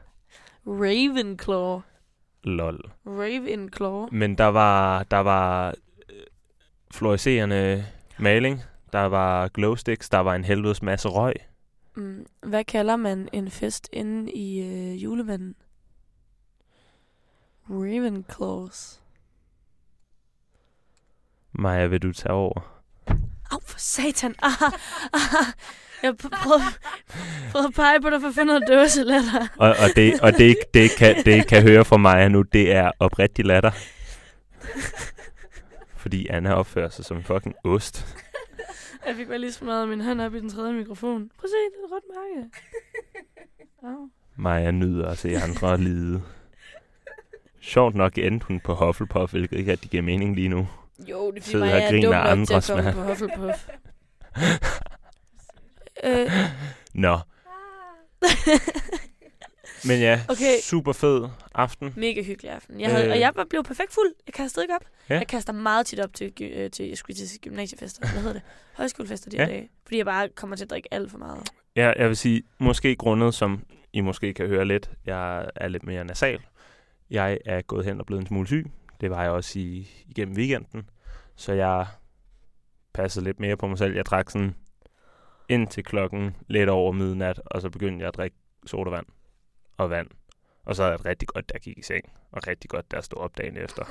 Ravenclaw. lol. Ravenclaw. Men der var, der var øh, fluorescerende maling, der var glowsticks, der var en helvedes masse røg. Mm, hvad kalder man en fest inde i øh, julemanden? Ravenclaws. Maja, vil du tage over? Au, for satan. Ah, ah, jeg pr- prøvede, prøvede at pege på dig for at finde noget døselatter. Og, og, det, og det, det, kan, det kan høre fra Maja nu, det er oprigtig latter. Fordi Anna opfører sig som en fucking ost. Jeg fik bare lige smadret min hånd op i den tredje mikrofon. Prøv at se, det er et rødt mærke. Au. Maja nyder at se andre lide. Sjovt nok endte hun på Hufflepuff, hvilket ikke rigtig giver mening lige nu. Jo, det er fordi Sidder mig, og jeg er griner dum af nok til at andres komme mad. på Hufflepuff. øh, Nå. Men ja, Okay. super fed aften. mega hyggelig aften. Jeg havde, Øh. og jeg var blevet perfekt fuld. Jeg kastede ikke op. Ja. Jeg kaster meget tit op til, gy- øh, til, jeg skulle til sige gymnasiefester. Hvad hedder det? Højskolefester de her Ja. dage. Fordi jeg bare kommer til at drikke alt for meget. Ja, jeg vil sige, måske grundet, som I måske kan høre lidt, jeg er lidt mere nasal. Jeg er gået hen og blevet en smule syg. Det var jeg også i, igennem weekenden. Så jeg passede lidt mere på mig selv. Jeg drak sådan indtil klokken lidt over midnat, og så begyndte jeg at drikke sodavand og vand. Og så havde jeg det rigtig godt, da jeg gik i seng. Og rigtig godt, da jeg stod op dagen efter.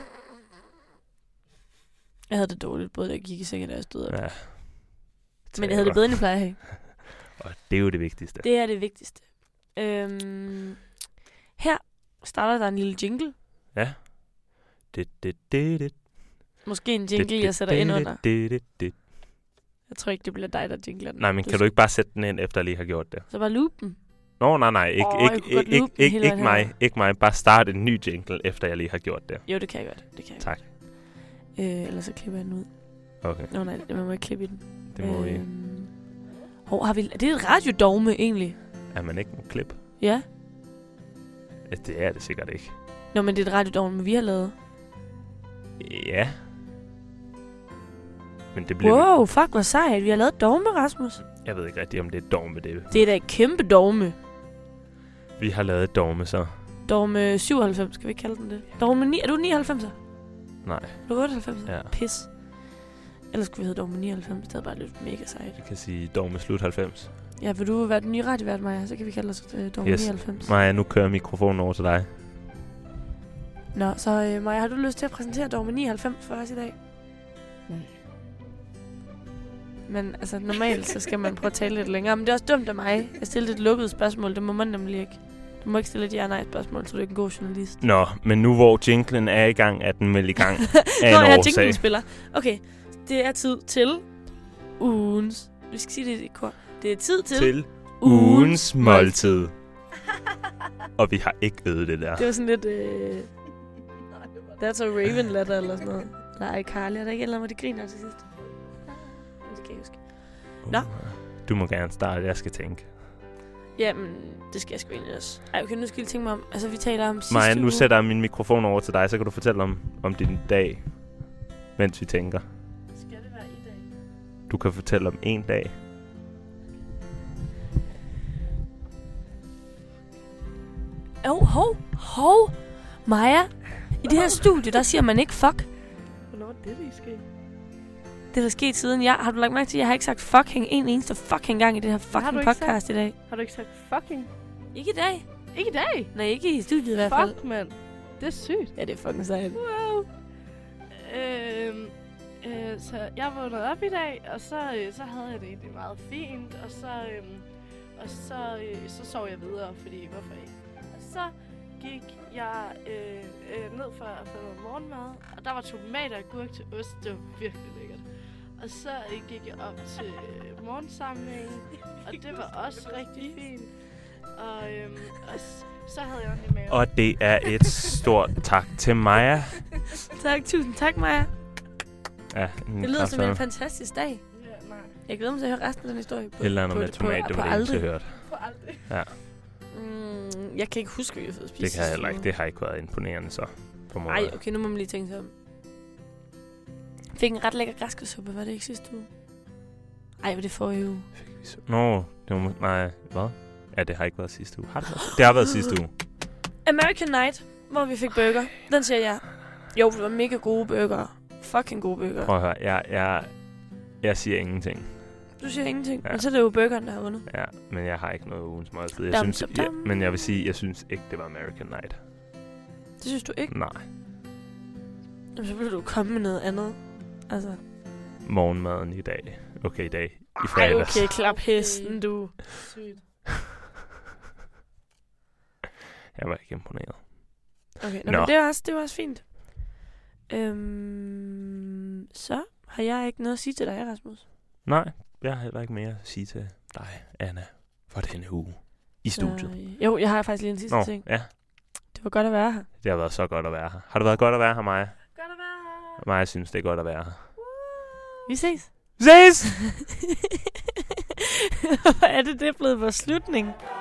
Jeg havde det dårligt, både da jeg gik i seng, og da jeg stod op. Ja. Men jeg havde det bedre, end jeg plejer at have. Og det er jo det vigtigste. Det er det vigtigste. Øhm, her starter der en lille jingle. Det, det, det, det, Måske en det, jingle, det, jeg sætter det, ind det, under. det, det, det. Jeg tror ikke, det bliver dig, der jingler den. Nej, men kan du ikke bare sætte den ind, efter jeg lige har gjort det? Så bare loop den. Nå, nej, nej. Ikke, Åh, jeg ikke, kunne godt ikke, loope den ikke, hele ikke vejen mig. herover. Ikke mig. Bare starte en ny jingle, efter jeg lige har gjort det. Jo, det kan jeg godt. Det kan jeg Tak. godt. Øh, ellers så klipper jeg den ud. Okay, Nå nej, man må ikke klippe i den. det må vi. Øhm, hov, har vi... Det er et radiodogme, egentlig. Er man ikke en klip? Ja. Ja, det er det sikkert ikke. Nå, men det er et radiodogme, vi har lavet. Ja. Men det bliver... Wow, fuck, hvor sejt. Vi har lavet et dogme, Rasmus. Jeg ved ikke rigtig, om det er et dogme, det. Det er da et kæmpe dogme. Vi har lavet et dogme, så. Dogme syvoghalvfems, skal vi ikke kalde den det? Dogme ni... Er du nioghalvfemser? Nej. Er du otteoghalvfemser? Ja. Pis. Ellers skulle vi hedde dogme nioghalvfems. Det havde bare lidt mega sejt. Vi kan sige dogme slut halvfems. Ja, vil du være den nye radiovært, Maja? Så kan vi kalde os uh, dogme Yes. nioghalvfems. Maja, nu kører mikrofonen over til dig. Nå, så uh, Maja, har du lyst til at præsentere dogme nioghalvfems for os i dag? Nej. Men altså, normalt så skal man prøve at tale lidt længere. Men det er også dumt af mig at stille et lukket spørgsmål. Det må man nemlig ikke. Du må ikke stille et ja-nej-spørgsmål, så du er ikke en god journalist. Nå, men nu hvor jinglen er i gang, er den vel i gang af Nå, en jeg årsag. jinglen spiller. Okay, det er tid til ugens... Vi skal sige det i kor. Det er tid til... Til ugens måltid. Og vi har ikke øvet det der. Det var sådan lidt... Øh... That's a Raven letter eller sådan noget. Nej, Carly, er der ikke eller andet, hvor de griner til sidst? Det kan jeg huske. Nå. Du må gerne starte, jeg skal tænke. Jamen, det skal jeg sgu egentlig også. Ej, okay, nu skal jeg tænke mig om... Altså, vi taler om sidste Maja, nu uge. sætter jeg min mikrofon over til dig, så kan du fortælle om, om din dag, mens vi tænker. Skal det være i dag? Du kan fortælle om en dag. Åh, oh, hov, hov. Maja, i det her studie, der siger man ikke fuck. Hvornår er det, det sker? Det er der sket siden jeg... Har du lagt mærke til, at jeg har ikke sagt fucking en eneste fucking gang i det her du fucking ikke podcast i dag? Har du ikke sagt fucking? Ikke i dag. Ikke i dag? Nej, ikke i studiet i hvert fald. Fuck, mand. Det er sygt. Ja, det er fucking sejt. Wow. Øhm, øh, så jeg vågnede op i dag, og så, øh, så havde jeg det egentlig meget fint, og så, øh, og så, øh, så sov jeg videre, fordi hvorfor ikke? Og så gik jeg øh, øh, ned for at få noget morgenmad, og der var tomater og gurk til ost. Det var virkelig lækkert. Og så øh, gik jeg op til øh, morgensamlingen, og det var også rigtig fint. Og, øhm, og s- så havde jeg ondt i maven. Og det er et stort tak til Maja. Tak, tusind tak, Maja. Ja, en Det lyder knap som en sådan. fantastisk dag. Ja, nej. Jeg glæder mig til at høre resten af den historie. På, Et eller andet på, med tomat, på, det på var det eneste, jeg aldrig. hørte. For aldrig. Ja, Mm, jeg kan ikke huske, hvad vi har fået spist. det kan jeg heller sidste ikke. Det har ikke været imponerende så. På uge. måde. Ej, okay, nu må man lige tænke sig om. Fik en ret lækker græskarsuppe, var det ikke sidste uge? Ej, var det forrige uge? Nå, det var må- nej, hvad? Ja, det har ikke været sidste uge. Har det været? Det har været sidste uge. American Night, hvor vi fik burger. Den siger jeg. Jo, det var mega gode burger. Fucking gode burger. Prøv at høre, jeg, jeg, jeg siger ingenting. Du siger ingenting, Ja. men så er det jo burgeren, der har vundet. Ja, men jeg har ikke noget ugens måltid. Jeg Dam, synes, dam, jeg, dam. men jeg vil sige, jeg synes ikke, det var American Night. Det synes du ikke? Nej. Jamen, så vil du komme med noget andet. Altså. Morgenmaden i dag. Okay, i dag. I Ej, fredags. okay, klap hesten, du. Sygt. Jeg var ikke imponeret. Okay, nå, Nå. men det er også, det var også fint. Øhm, så har jeg ikke noget at sige til dig, Rasmus. Nej, jeg har heller ikke mere at sige til dig, Anna, for denne uge i studiet. Så, øh, jo, jeg har faktisk lige en sidste Nå, ting. ja. Det var godt at være her. Det har været så godt at være her. Har det været godt at være her, Maja? Godt at være her. Maja synes, det er godt at være her. Vi ses. Ses! Hvor er det, det er blevet vores slutning?